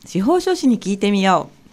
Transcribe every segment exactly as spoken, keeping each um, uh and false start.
司法書士に聞いてみよう。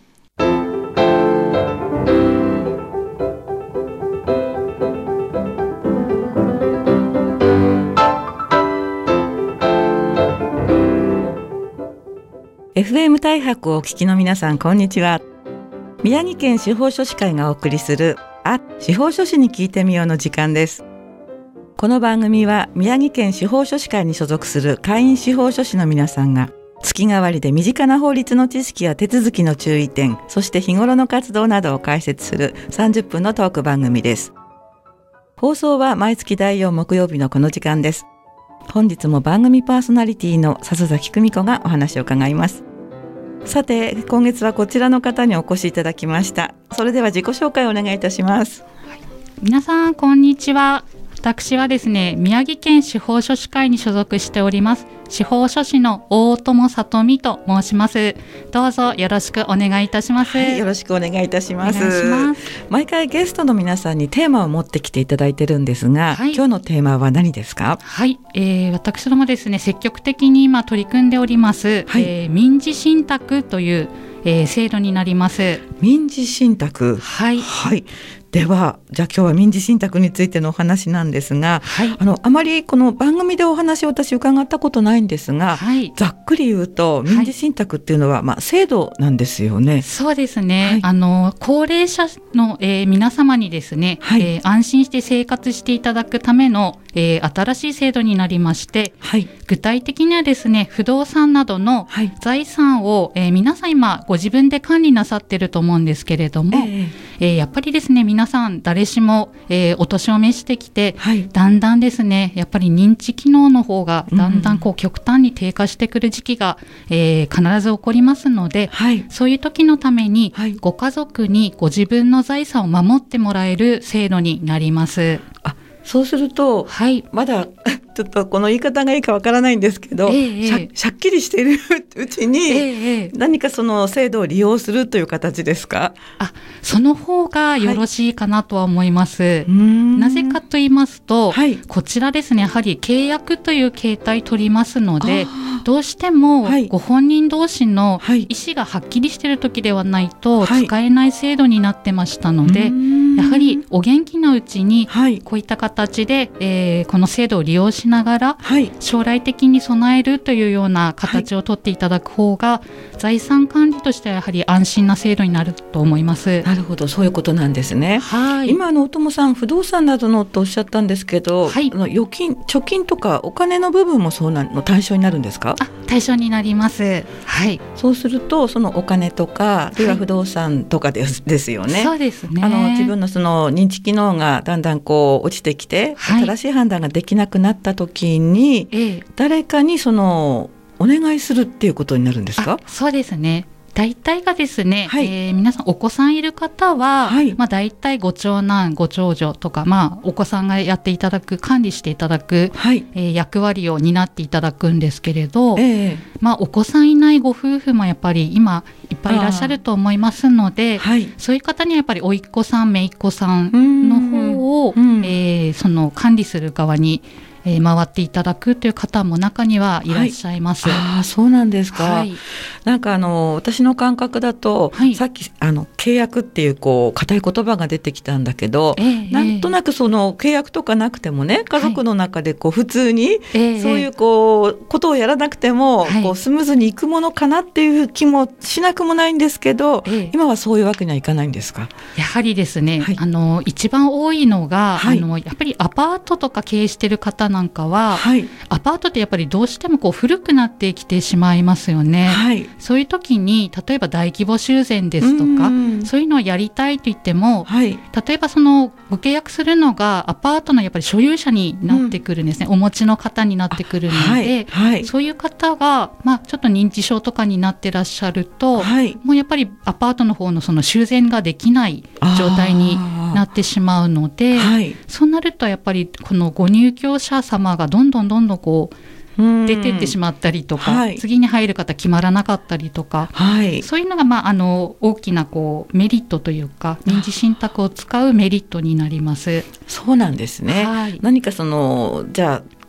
エフエム 大白をお聞きの皆さん、こんにちは。宮城県司法書士会がお送りするあ、司法書士に聞いてみようの時間です。この番組は宮城県司法書士会に所属する会員司法書士の皆さんが月替わりで身近な法律の知識や手続きの注意点、そして日頃の活動などを解説するさんじゅっぷんのトーク番組です。放送は毎月だいよん木曜日のこの時間です。本日も番組パーソナリティの笹崎久美子がお話を伺います。さて、今月はこちらの方にお越しいただきました。それでは自己紹介をお願いいたします。 はい、皆さんこんにちは。私はですね、宮城県司法書士会に所属しております司法書士の大友里美と申します。どうぞよろしくお願いいたします。 はい、よろしくお願いいたします。 お願いします。 毎回ゲストの皆さんにテーマを持ってきていただいてるんですが、はい、今日のテーマは何ですか？ はい、えー、私どもですね、積極的に今取り組んでおります、はい、えー、民事信託という、えー、制度になります。 民事信託、はい、はい、ではじゃあ今日は民事信託についてのお話なんですが、はい、あのあまりこの番組でお話を私伺ったことないんですが、はい、ざっくり言うと民事信託っていうのは、はい、まあ、制度なんですよね。 そうですね、はい、あの高齢者の、えー、皆様にですね、はい、えー、安心して生活していただくための、えー、新しい制度になりまして、はい、具体的にはですね、不動産などの財産を、はい、えー、皆さん今ご自分で管理なさっていると思うんですけれども、えーえー、やっぱりですね、皆さん誰しも、えー、お年を召してきて、はい、だんだんですね、やっぱり認知機能の方がだんだんこう極端に低下してくる時期が、えー、必ず起こりますので、はい、そういう時のために、はい、ご家族にご自分の財産を守ってもらえる制度になります。 あ、そうすると、はい、まだちょっとこの言い方がいいかわからないんですけど、えー、し, ゃしゃっきりしているうちに、えー、何かその制度を利用するという形ですか？ あ、その方がよろしいかなとは思います、はい、なぜかと言いますと、はい、こちらですね、やはり契約という形態取りますので、どうしてもご本人同士の意思がはっきりしている時ではないと使えない制度になってましたので、はい、やはりお元気なうちにこういった形で、えー、この制度を利用しながら、はい、将来的に備えるというような形をとっていただく方が、はい、財産管理としてはやはり安心な制度になると思います。 なるほど、そういうことなんですね。はい、今の大友さん、不動産などのとおっしゃったんですけど、はい、あの預金、貯金とかお金の部分もそうなの対象になるんですか？ あ、対象になります。はい、 そうするとそのお金とか、あるいは不動産とかです、はい、ですよね。 そうですね。 あの自分のその認知機能がだんだんこう落ちてきて、はい、正しい判断ができなくなった時に、ええ、誰かにそのお願いするっていうことになるんですか？ そうですね。大体がですね、はい、えー、皆さんお子さんいる方は、はい、まあ、大体ご長男ご長女とか、まあ、お子さんがやっていただく管理していただく、はい、えー、役割を担っていただくんですけれど、えーまあ、お子さんいないご夫婦もやっぱり今いっぱいいらっしゃると思いますので、はい、そういう方にはやっぱりおいっ子さんめいっ子さんの方を、えー、その管理する側にえー、回っていただくという方も中にはいらっしゃいます。 はい、あ、そうなんですか。はい、なんかあの私の感覚だと、はい、さっきあの契約っていうこう固い言葉が出てきたんだけど、えー、なんとなくその契約とかなくてもね、家族の中でこう普通に、はい、そういうこうことをやらなくても、はい、こうスムーズにいくものかなっていう気もしなくもないんですけど、えー、今はそういうわけにはいかないんですか？ やはりですね、はい、あの一番多いのが、はい、あのやっぱりアパートとか経営している方なんかは、はい、アパートってやっぱりどうしてもこう古くなってきてしまいますよね。はい、そういう時に例えば大規模修繕ですとか、そういうのをやりたいと言っても、はい、例えばそのご契約するのがアパートのやっぱり所有者になってくるんですね、うん、お持ちの方になってくるので、はいはい、そういう方が、まあ、ちょっと認知症とかになってらっしゃると、はい、もうやっぱりアパートの方のその修繕ができない状態になってしまうので、はい、そうなるとやっぱりこのご入居者様がどんどんどんどんこう出てってしまったりとか、はい、次に入る方決まらなかったりとか、はい、そういうのが、まあ、あの大きなこうメリットというか民事信託を使うメリットになります。 そうなんですね。はい、何かそのじゃあ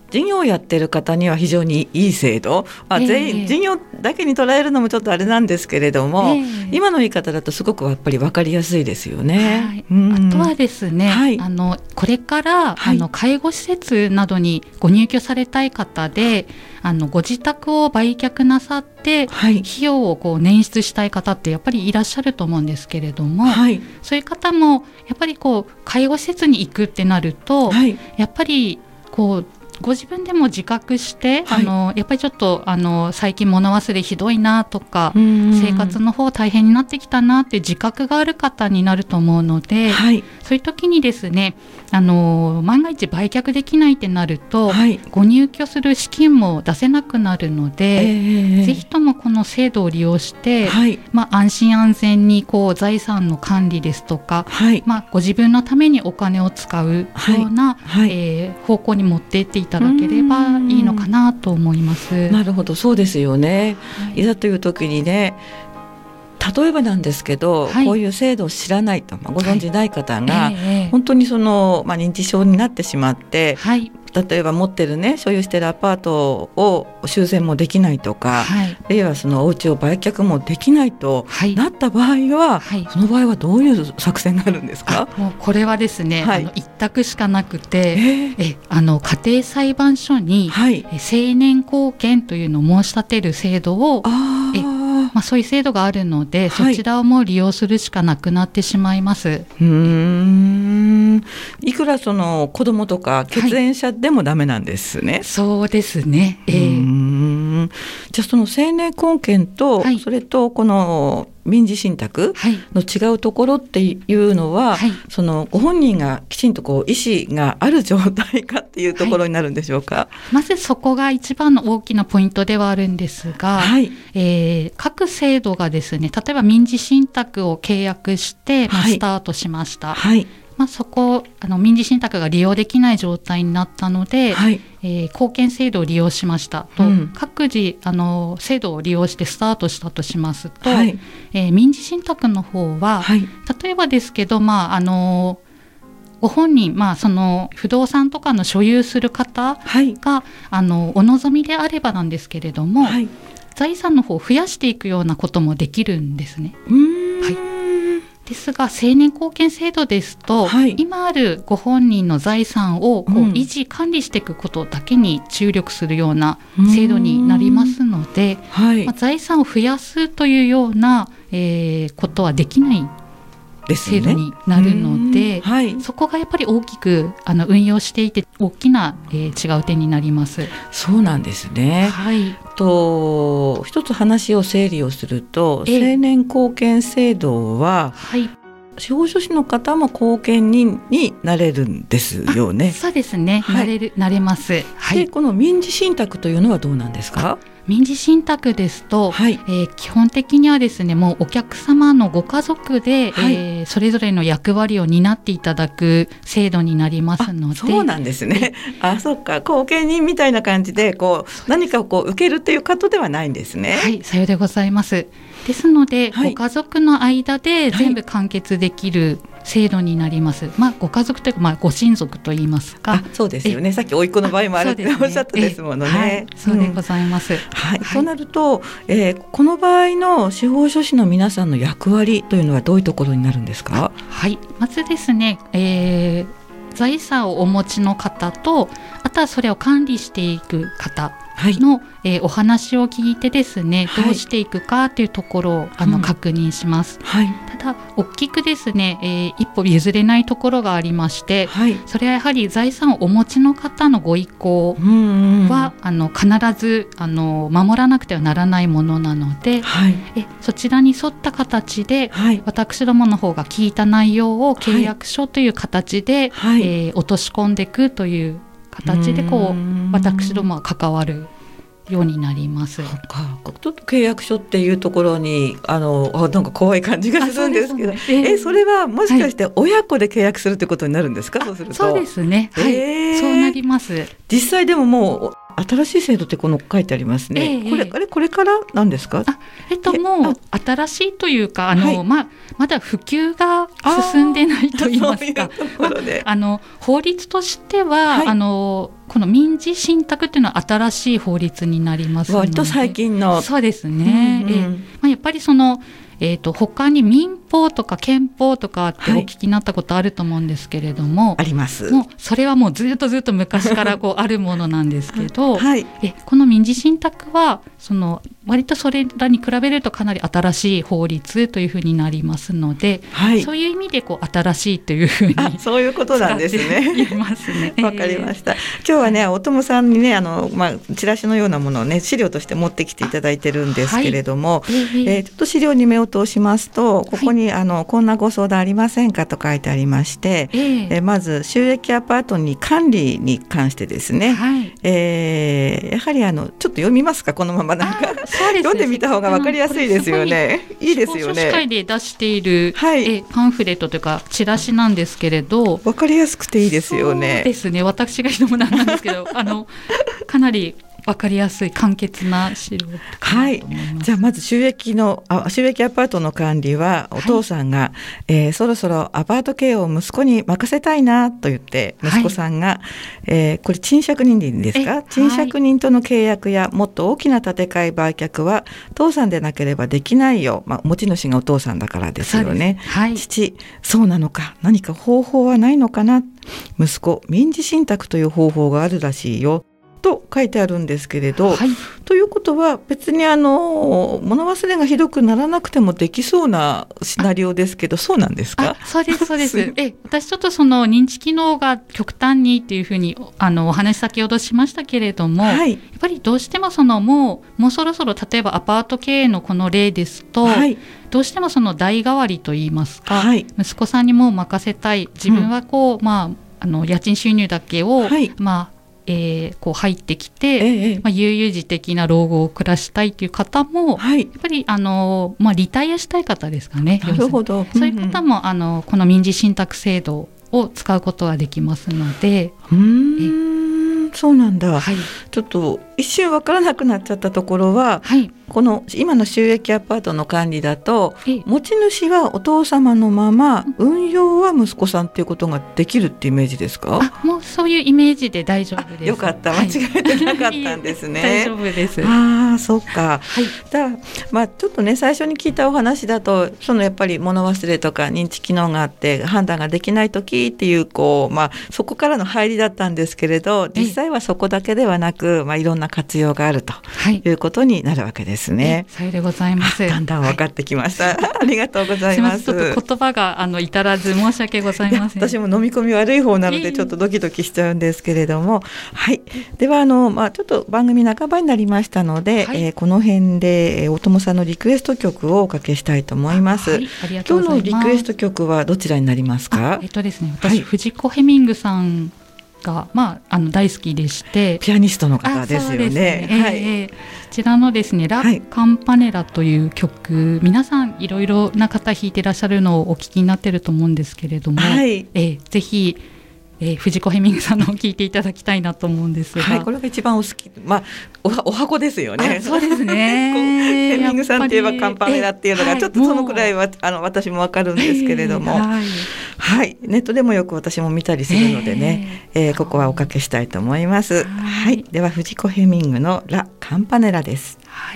事業をやってる方には非常にいい制度、まあ、全員、えー、事業だけに捉えるのもちょっとあれなんですけれども、えー、今の言い方だとすごくやっぱり分かりやすいですよね、 はい、うん、あとはですね、はい、あのこれから、はい、あの介護施設などにご入居されたい方で、あのご自宅を売却なさって、はい、費用をこう捻出したい方ってやっぱりいらっしゃると思うんですけれども、はい、そういう方もやっぱりこう介護施設に行くってなると、はい、やっぱりこうご自分でも自覚して、はい、あのやっぱりちょっとあの最近物忘れひどいなとか、生活の方大変になってきたなって自覚がある方になると思うので、はい、そういう時にですね、あの万が一売却できないってなると、はい、ご入居する資金も出せなくなるので、えー、ぜひともこの制度を利用して、はい、まあ、安心安全にこう財産の管理ですとか、はい、まあ、ご自分のためにお金を使うような、はいはい、えー、方向に持っていっていただければいいのかなと思います。 なるほど、そうですよね、はい、いざという時にね、例えばなんですけど、はい、こういう制度を知らないと、まあ、ご存じない方が、はい、えー、本当にその、まあ、認知症になってしまって、はい、例えば持ってるね、所有しているアパートを修繕もできないとか、はい、あるいはそのお家を売却もできないとなった場合は、はい、その場合はどういう作戦があるんですか？ もうこれはですね、はい、あの一択しかなくて、えー、えあの家庭裁判所に、はい、成年後見というのを申し立てる制度を、あえまあ、そういう制度があるので、はい、そちらをもう利用するしかなくなってしまいます。 うーん、いくらその子供とか血縁者でもダメなんですね、はい、 そうですね、えー、うーん、じゃあその成年後見と、はい、それとこの民事信託の違うところっていうのは、はい、そのご本人がきちんとこう意思がある状態かっていうところになるんでしょうか？はい、 まずそこが一番の大きなポイントではあるんですが、はい、えー、各制度がですね、例えば民事信託を契約して、まあ、スタートしました、はいはい、まあ、そこあの民事信託が利用できない状態になったので、はい、えー、後見制度を利用しましたと、うん、各自あの制度を利用してスタートしたとしますと、はい、えー、民事信託の方は、はい、例えばですけど、まあ、あのご本人、まあ、その不動産とかの所有する方が、はい、あのお望みであればなんですけれども、はい、財産の方を増やしていくようなこともできるんですね。うーん、はい、ですが成年後見制度ですと、はい、今あるご本人の財産をこう維持管理していくことだけに注力するような制度になりますので、はい、まあ、財産を増やすというような、えー、ことはできない制度になるので、はい、そこがやっぱり大きくあの運用していて大きな、えー、違う点になります。 そうなんですね、はい、と一つ話を整理をすると、成年後見制度は、はい、司法書士の方も後見人になれるんですよね？ そうですね、はい、なれる、なれます、はい、 でこの民事信託というのはどうなんですか？ 民事信託ですと、はい、えー、基本的にはですね、もうお客様のご家族で、はい、えー、それぞれの役割を担っていただく制度になりますので。 そうなんですね。あ、そっか、後見人みたいな感じでこう何かをこう受けるっていう方ではないんですね。 はい、さようでございます。ですので、はい、ご家族の間で全部完結できる制度になります、はい、まあ、ご家族というか、まあ、ご親族といいますか。 あ、そうですよね、さっき甥っ子の場合もあるっておっしゃったですものね。はい、 そうでございます、うんはい、そうなると、えー、この場合の司法書士の皆さんの役割というのはどういうところになるんですか？ はい、まずですね、えー、財産をお持ちの方と、あとはそれを管理していく方の、はい、えー、お話を聞いてですね、はい、どうしていくかというところをあの、うん、確認します、はい、ただ大きくですね、えー、一歩譲れないところがありまして、はい、それはやはり財産をお持ちの方のご意向は、うんうん、あの必ずあの守らなくてはならないものなので、はい、えそちらに沿った形で、はい、私どもの方が聞いた内容を契約書という形で、はい、えー、落とし込んでいくという形でこう私どもは関わるようになります。 そうか、ちょっと契約書っていうところにあのあなんか怖い感じがするんですけど、そ え, えそれはもしかして親子で契約するってことになるんですか？はい、そうすると。 そうですね、はい、えー、そうなります。 実際でももう新しい制度ってこの書いてありますね、えー、これあれこれからなんですか？ あ、えっと、もう新しいというかあの、はい、ま, まだ普及が進んでないと言いますか、まあ、あの法律としては、はい、あのこの民事信託っていうのは新しい法律になりますので、 割と最近の。 そうですね、うんうん、えまあ、やっぱりそのえー、と他に民法とか憲法とかってお聞きになったことあると思うんですけれども、はい、 あります。 もうそれはもうずっとずっと昔からこうあるものなんですけど、 はい、 えこの民事信託はその割とそれらに比べるとかなり新しい法律というふうになりますので、はい、そういう意味でこう新しいというふうにそういうことなんですね。 言いますね。 わかりました。今日はね、お友さんにね、あの、まあ、チラシのようなものをね、資料として持ってきていただいてるんですけれども、はい、えー、ちょっと資料に目を通しますと、ここに、はい、あのこんなご相談ありませんかと書いてありまして、えーえー、まず収益アパートに管理に関してですね、はい、えー、やはりあのちょっと読みますか、このままなんか読んでみた方が分かりやすいですよね。いいですよね。 司法書士会で出している、はい、えパンフレットというかチラシなんですけれど、 分かりやすくていいですよね。 そうですね、私が言うのもなんなんですけどあのかなり分かりやすい簡潔な資料。 はい、じゃあまず収益のあ収益アパートの管理はお父さんが、はい、えー、そろそろアパート経営を息子に任せたいなと言って息子さんが、はい、えー、これ賃借人でいいんですか、賃借人との契約やもっと大きな建て替え売却は父さんでなければできないよ、まあ、持ち主がお父さんだからですよね。はい、父、そうなのか、何か方法はないのかな、息子、民事信託という方法があるらしいよと書いてあるんですけれど、はい、ということは別にあの物忘れがひどくならなくてもできそうなシナリオですけど、そうなんですか？ そうですそうですえ私ちょっとその認知機能が極端にっていうふうにあのお話先ほどしましたけれども、はい、やっぱりどうしてもそのもうもうそろそろ例えばアパート経営のこの例ですと、はい、どうしてもその代替わりといいますか、はい、息子さんにもう任せたい、自分はこう、うん、まあ、あの家賃収入だけを、はい、まあえー、こう入ってきて、ええ、まあ、悠々自適な老後を暮らしたいという方も、はい、やっぱりあの、まあ、リタイアしたい方ですかね。 なるほど。 そういう方も、うん、あのこの民事信託制度を使うことができますので。 うーん、そうなんだ、はい、ちょっと一瞬分からなくなっちゃったところは、はい、この今の収益アパートの管理だと持ち主はお父様のまま、うん、運用は息子さんっていうことができるってイメージですか？ あ、もうそういうイメージで大丈夫です。 よかった、間違えてなかったんですね。 大丈夫です。 ああ、そうか、はい、だまあ、ちょっとね最初に聞いたお話だとそのやっぱり物忘れとか認知機能があって判断ができない時っていう、こう、まあ、そこからの入りだったんですけれど、実際はそこだけではなく、まあ、いろんな活用があるということになるわけですね。 さようでございます。 だんだん分かってきました、はい、ありがとうございます。 すみません、ちょっと言葉があの至らず申し訳ございません。 私も飲み込み悪い方なのでちょっとドキドキしちゃうんですけれども、はい、ではあの、まあ、ちょっと番組半ばになりましたので、はい、えー、この辺で、えー、お友さんのリクエスト曲をおかけしたいと思います。はい、ありがとうございます。今日のリクエスト曲はどちらになりますか？ えっとですね、私、はい、藤子ヘミングさんが、まあ、あの大好きでして、 ピアニストの方ですよね。はい、 えー、こちらのですねラ・カンパネラという曲、はい、皆さんいろいろな方弾いてらっしゃるのをお聞きになってると思うんですけれども、はい、えー、ぜひ、えー、藤子ヘミングさんのを聞いていただきたいなと思うんですが、 はい、これが一番お好き、まあ、お, お箱ですよね。 そうですねヘミングさんといえばカンパネラっていうのがちょっとそのくらいは、あの私もわかるんですけれども、えーはいはい、ネットでもよく私も見たりするのでね、えーえー、ここはおかけしたいと思います。はい、はい、では藤子ヘミングのラ・カンパネラです。 はい、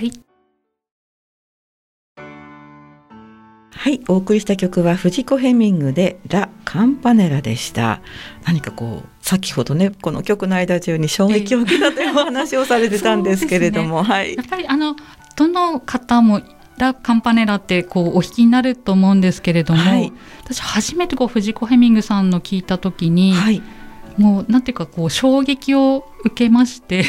はい、お送りした曲は藤子ヘミングでラ・カンパネラでした。何かこう先ほどねこの曲の間中に衝撃を受けたというお話をされてたんですけれども、ね、はい、 やっぱりあのどの方もラ・カンパネラってこうお弾きになると思うんですけれども、はい、私初めてこう藤子ヘミングさんの聞いた時に、はい、もうなんていうかこう衝撃を受けまして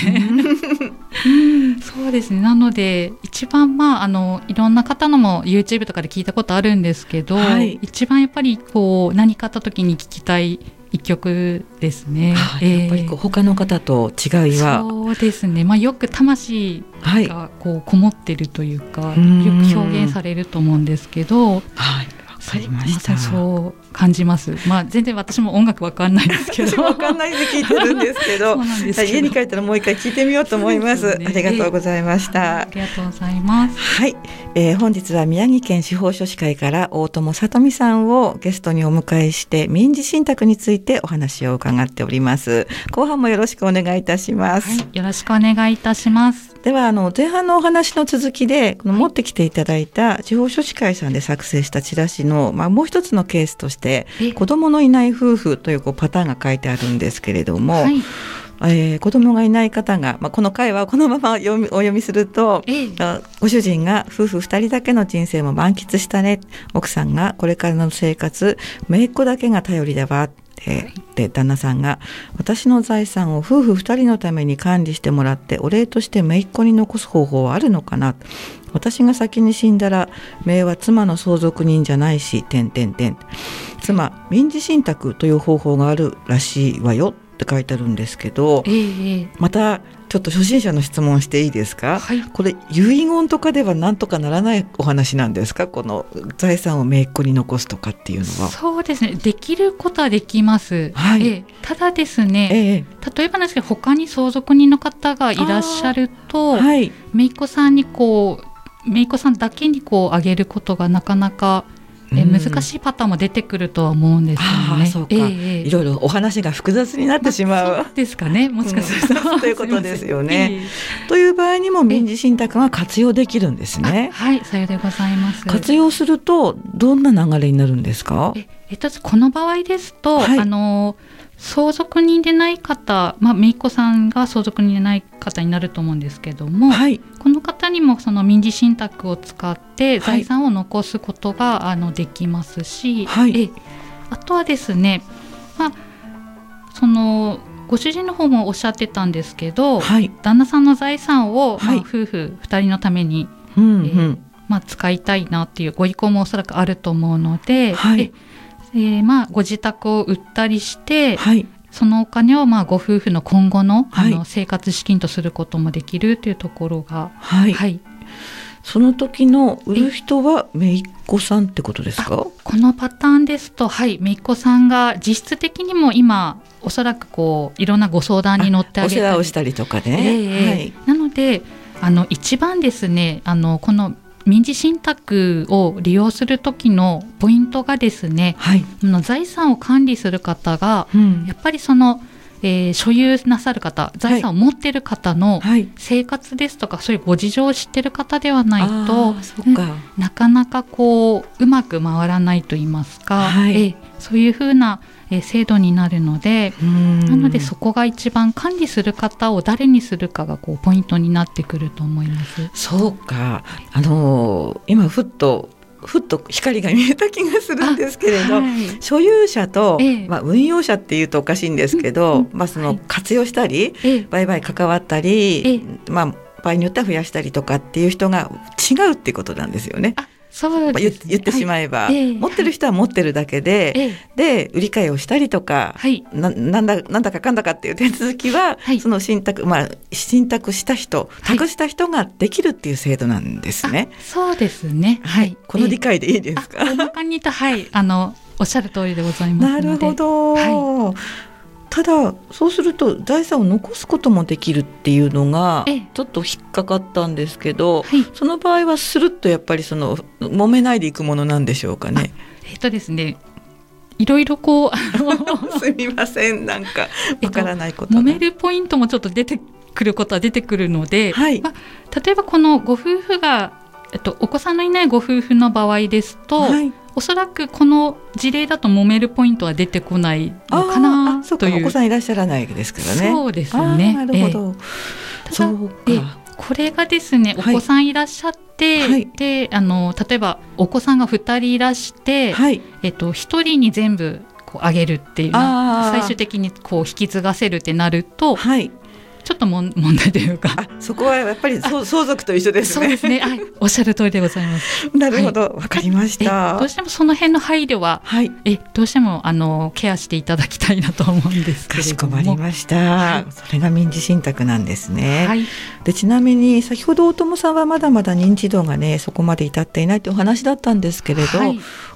そうですね、なので一番、まあ、あのいろんな方のも YouTube とかで聞いたことあるんですけど、はい、一番やっぱりこう何かあった時に聞きたい一曲ですね。 はあ、えー、やっぱりこう他の方と違いはそうですね、まあ、よく魂がこうこもってるというか、はい、よく表現されると思うんですけど、はい、 かりました。 まさにそう感じます。まあ全然私も音楽わかんないですけど、 私もわかんないで聞いてるんですけど、そうなんですけど、家に帰ったらもう一回聞いてみようと思います。ね、ありがとうございました。えー、 ありがとうございます。 はい、えー、本日は宮城県司法書士会から大友さとみさんをゲストにお迎えして民事信託についてお話を伺っております。後半もよろしくお願いいたします。 はい、よろしくお願いいたします。 ではあの前半のお話の続きでこの持ってきていただいた司法書士会さんで作成したチラシの、まあ、もう一つのケースとして子供のいない夫婦という、こうパターンが書いてあるんですけれども、はい、えー、子供がいない方が、まあ、この回はこのまま読みお読みすると、ええ、ご主人が夫婦ふたりだけの人生も満喫したね、奥さんがこれからの生活姪っ子だけが頼りだわ、で旦那さんが私の財産を夫婦ふたりのために管理してもらってお礼として姪っ子に残す方法はあるのかな、私が先に死んだら姪は妻の相続人じゃないし点点点妻民事信託という方法があるらしいわよって書いてあるんですけど、えー、またちょっと初心者の質問していいですか、はい、これ遺言とかではなんとかならないお話なんですか、この財産を姪っ子に残すとかっていうのは。 そうですね、できることはできます、はい、えただですね、えー、例えばなんですけど他に相続人の方がいらっしゃると、はい、姪っ子さんにこう姪っ子さんだけにこうあげることがなかなかえ難しいパターンも出てくるとは思うんですよね。あ、そうか、えー、 いろいろお話が複雑になってしまう、 まあ、そうですかね、もしかすると、 うん、ということですよね、えー、という場合にも民事信託が活用できるんですね。 はい、さようでございます。 活用するとどんな流れになるんですか。 ええっと、この場合ですと、はい、あの相続人でない方、まあ、姪っ子さんが相続人でない方になると思うんですけども、はい、この方にもその民事信託を使って財産を残すことが、はい、あのできますし、はい、えあとはですね、まあ、そのご主人の方もおっしゃってたんですけど、はい、旦那さんの財産を、まあ、夫婦ふたりのために、うんうん、えーまあ、使いたいなっていうご意向もおそらくあると思うので、はい、えーまあ、ご自宅を売ったりして、はい、そのお金をまあご夫婦の今後 の,、はい、あの生活資金とすることもできるというところが、はいはい、 その時の売る人は姪っ子さんってことですか。 このパターンですと、はい、姪っ子さんが実質的にも今おそらくこういろんなご相談に乗ってあげたり、お世話をしたりとかね、 えーはい、なのであの一番ですね、あのこの民事信託を利用する時のポイントがですね、はい、財産を管理する方が、うん、やっぱりその、えー、所有なさる方、財産を持っている方の生活ですとか、はい、そういうご事情を知っている方ではないと、そうか、うん、なかなかこううまく回らないといいますか、はい、えー、そういうふうなえー、制度になるので、なのでそこが一番管理する方を誰にするかがこうポイントになってくると思います。 そうか、あのー、今ふっとふっと光が見えた気がするんですけれど、はい、所有者と、ええまあ、運用者っていうとおかしいんですけど、うんまあ、その活用したり、はい、売買関わったり、えまあ、場合によっては増やしたりとかっていう人が違うっていうことなんですよね。あ、そうです、まあ、言ってしまえば、はいえー、持ってる人は持ってるだけで、えー、で売り買いをしたりとか、はい、な, なんだなんだかかんだかっていう手続きは、はい、その信託、まあ、信託した人、託した人ができるっていう制度なんですね。 そうですね、はい、 この理解でいいですか。 えー、他に言った、はい、あのおっしゃる通りでございますので。 なるほど、はい、ただそうすると財産を残すこともできるっていうのがちょっと引っかかったんですけど、はい、その場合はするとやっぱりその揉めないでいくものなんでしょうかね。 えっとですね、いろいろこうすみません、なんかわからないことが、 えっと、揉めるポイントもちょっと出てくることは出てくるので、はい、まあ、例えばこのご夫婦が、えっと、お子さんのいないご夫婦の場合ですと、はい、おそらくこの事例だと揉めるポイントは出てこないのかなという。 お子さんいらっしゃらないですからね。 そうですね。 なるほど。 えー、そうか。えこれがですね、お子さんいらっしゃって、はい、であの例えばお子さんがふたりいらして、はい、えっと、ひとりに全部こうあげるっていう、最終的にこう引き継がせるってなると、はい、ちょっとも問題というか、 あ、そこはやっぱり相続と一緒ですね。 そうですね、はい、おっしゃる通りでございます。 なるほど、わ、はい、かりました。 どうしてもその辺の配慮は、はい、えどうしてもあのケアしていただきたいなと思うんですけれども。 かしこまりました、はい、それが民事信託なんですね、はい、でちなみに先ほど大友さんはまだまだ認知度がねそこまで至っていないというお話だったんですけれど、はい、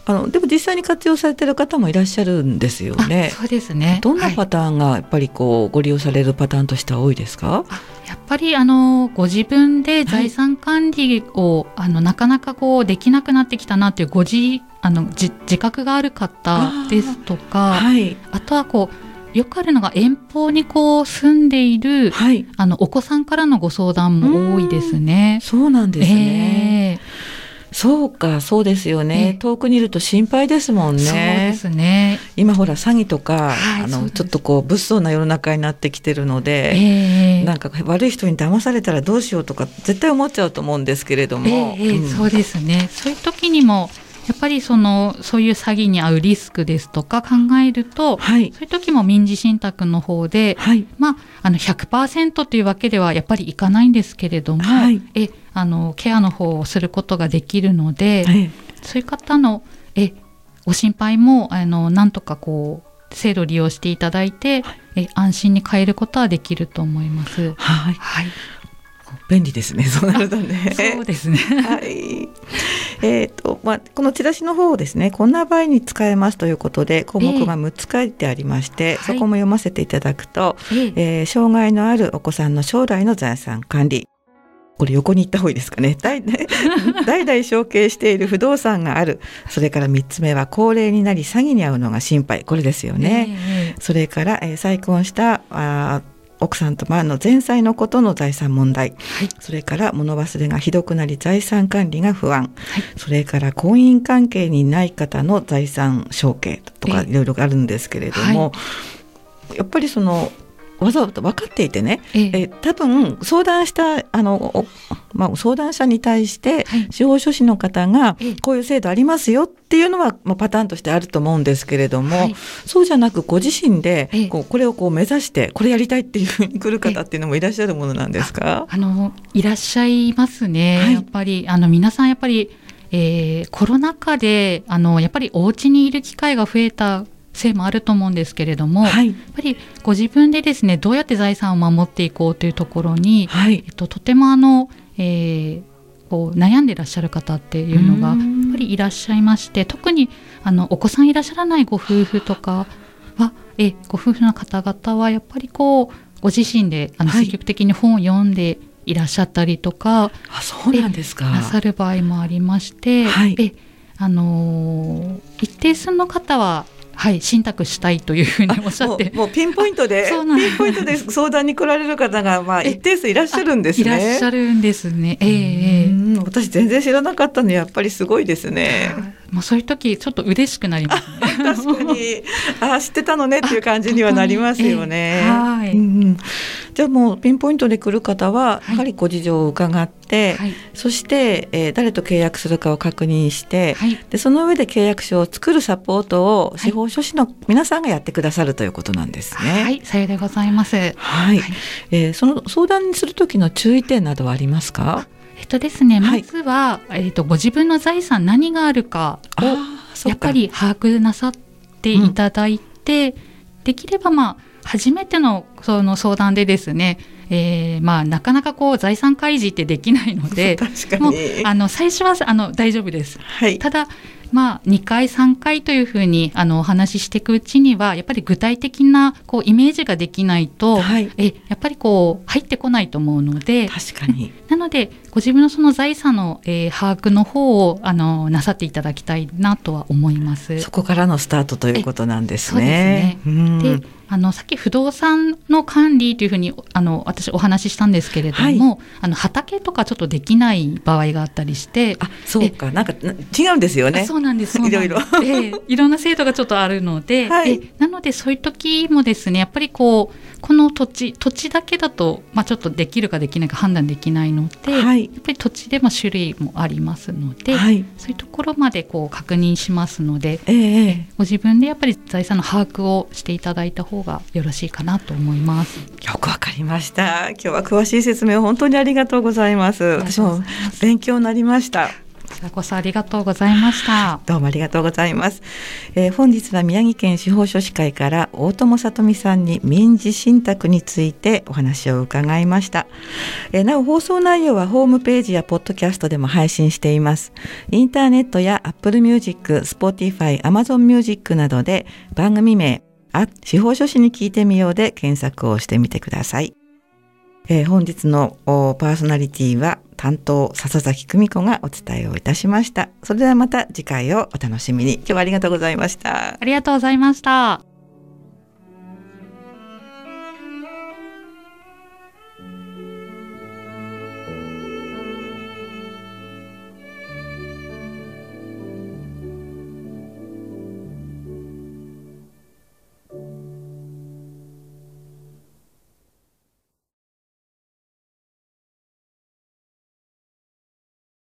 あのでも実際に活用されている方もいらっしゃるんですよね。 そうですね。 どんなパターンがやっぱりこうご利用されるパターンとしては多いですか？ やっぱりあのご自分で財産管理を、はい、あのなかなかこうできなくなってきたなというご自あの自覚がある方ですとか、 あ,、はい、あとはこうよくあるのが遠方にこう住んでいる、はい、あのお子さんからのご相談も多いですね。 そうなんですね、えーそうか、そうですよね。遠くにいると心配ですもんね。 そうですね。 今ほら詐欺とか、はい、あのちょっとこう物騒な世の中になってきてるので、えー、なんか悪い人に騙されたらどうしようとか絶対思っちゃうと思うんですけれども、えーうん、そうですね。そういう時にもやっぱりそのそういう詐欺に遭うリスクですとか考えると、はい、そういう時も民事信託の方で、はい、まあ、あの ひゃくパーセント というわけではやっぱりいかないんですけれども、はい、えあのケアの方をすることができるので、はい、そういう方のえご心配もあのなんとかこう制度を利用していただいて、はい、え安心に変えることはできると思います。 はい、はい、便利ですね。そうなるとね。 そうですね。 はい。えーとまあ、このチラシの方をですね、こんな場合に使えますということで項目がむっつ書いてありまして、えー、そこも読ませていただくと、はい、えー、障害のあるお子さんの将来の財産管理、これ横に行った方がいいですかね。代々承継している不動産がある。それからみっつめは高齢になり詐欺に遭うのが心配、これですよね。えー、それから、えー、再婚したあ奥さんとまあの前妻のことの財産問題、はい、それから物忘れがひどくなり財産管理が不安、はい、それから婚姻関係にない方の財産承継とかいろいろあるんですけれども、はい、やっぱりそのわざわざ分かっていてね、ええ、多分相談したあの、まあ、相談者に対して司法書士の方がこういう制度ありますよっていうのは、まあ、パターンとしてあると思うんですけれども、はい、そうじゃなくご自身でこうこれをこう目指してこれやりたいっていうふうに来る方っていうのもいらっしゃるものなんですか？ あのいらっしゃいますね、はい、やっぱりあの皆さんやっぱり、えー、コロナ禍であのやっぱりお家にいる機会が増えたせいもあると思うんですけれども、はい、やっぱりご自分でですねどうやって財産を守っていこうというところに、はい、えっと、とてもあの、えー、こう悩んでいらっしゃる方っていうのがやっぱりいらっしゃいまして、特にあのお子さんいらっしゃらないご夫婦とかはえご夫婦の方々はやっぱりこうご自身であの積極的に本を読んでいらっしゃったりとか、はい、 あ、そうなんですか。 なさる場合もありまして、はい、えあのー、一定数の方ははい、信託したいというふうにおっしゃってもう、もうピンポイントでピンポイントで相談に来られる方がまあ一定数いらっしゃるんですね。 いらっしゃるんですね、えー、 うん、私全然知らなかったのでやっぱりすごいですね。 まあ、そういう時ちょっと嬉しくなりますね。 確かにあ知ってたのねっていう感じにはなりますよね、 えーはい、 うん、じゃあもうピンポイントで来る方はやはりご事情を伺って、はい、そして、えー、誰と契約するかを確認して、はい、でその上で契約書を作るサポートを司法書士の皆さんがやってくださるということなんですね。 はい、さようでございます。はい、 はい、えー、その相談する時の注意点などはありますか？ えっとですね、まずは、はい、えっと、ご自分の財産何があるかをやっぱり把握なさっていただいて、うん、できればまあ初めてのその相談でですね、えーまあ、なかなかこう財産開示ってできないので確かにもうあの最初はあの大丈夫です、はい、ただまあ、にかいさんかいというふうにあのお話ししていくうちにはやっぱり具体的なこうイメージができないと、はい、えやっぱりこう入ってこないと思うので、 確かになのでご自分のその財産の、えー、把握の方をあのなさっていただきたいなとは思います。 そこからのスタートということなんですね。 そうですね。であのさっき不動産の管理というふうにあの私お話ししたんですけれども、はい、あの畑とかちょっとできない場合があったりして、 あそうか、なんか違うんですよね。 そうなんです、 いろいろ、 えー、いろんな制度がちょっとあるので、はい、えなのでそういう時もですねやっぱりこうこの土地土地だけだと、まあ、ちょっとできるかできないか判断できないので、はい、やっぱり土地でも種類もありますので、はい、そういうところまでこう確認しますので、えー、ご自分でやっぱり財産の把握をしていただいた方がよろしいかなと思います。 よくわかりました。今日は詳しい説明を本当にありがとうございます。私も勉強になりました。 ちらこそありがとうございました。 どうもありがとうございます。えー、本日は宮城県司法書士会から大友里美さんに民事信託についてお話を伺いました。えー、なお放送内容はホームページやポッドキャストでも配信しています。インターネットや Apple Music、Spotify、Amazon Music などで番組名あ司法書士に聞いてみようで検索をしてみてください。えー、本日のパーソナリティは担当笹崎久美子がお伝えをいたしました。それではまた次回をお楽しみに。今日はありがとうございました。 ありがとうございました。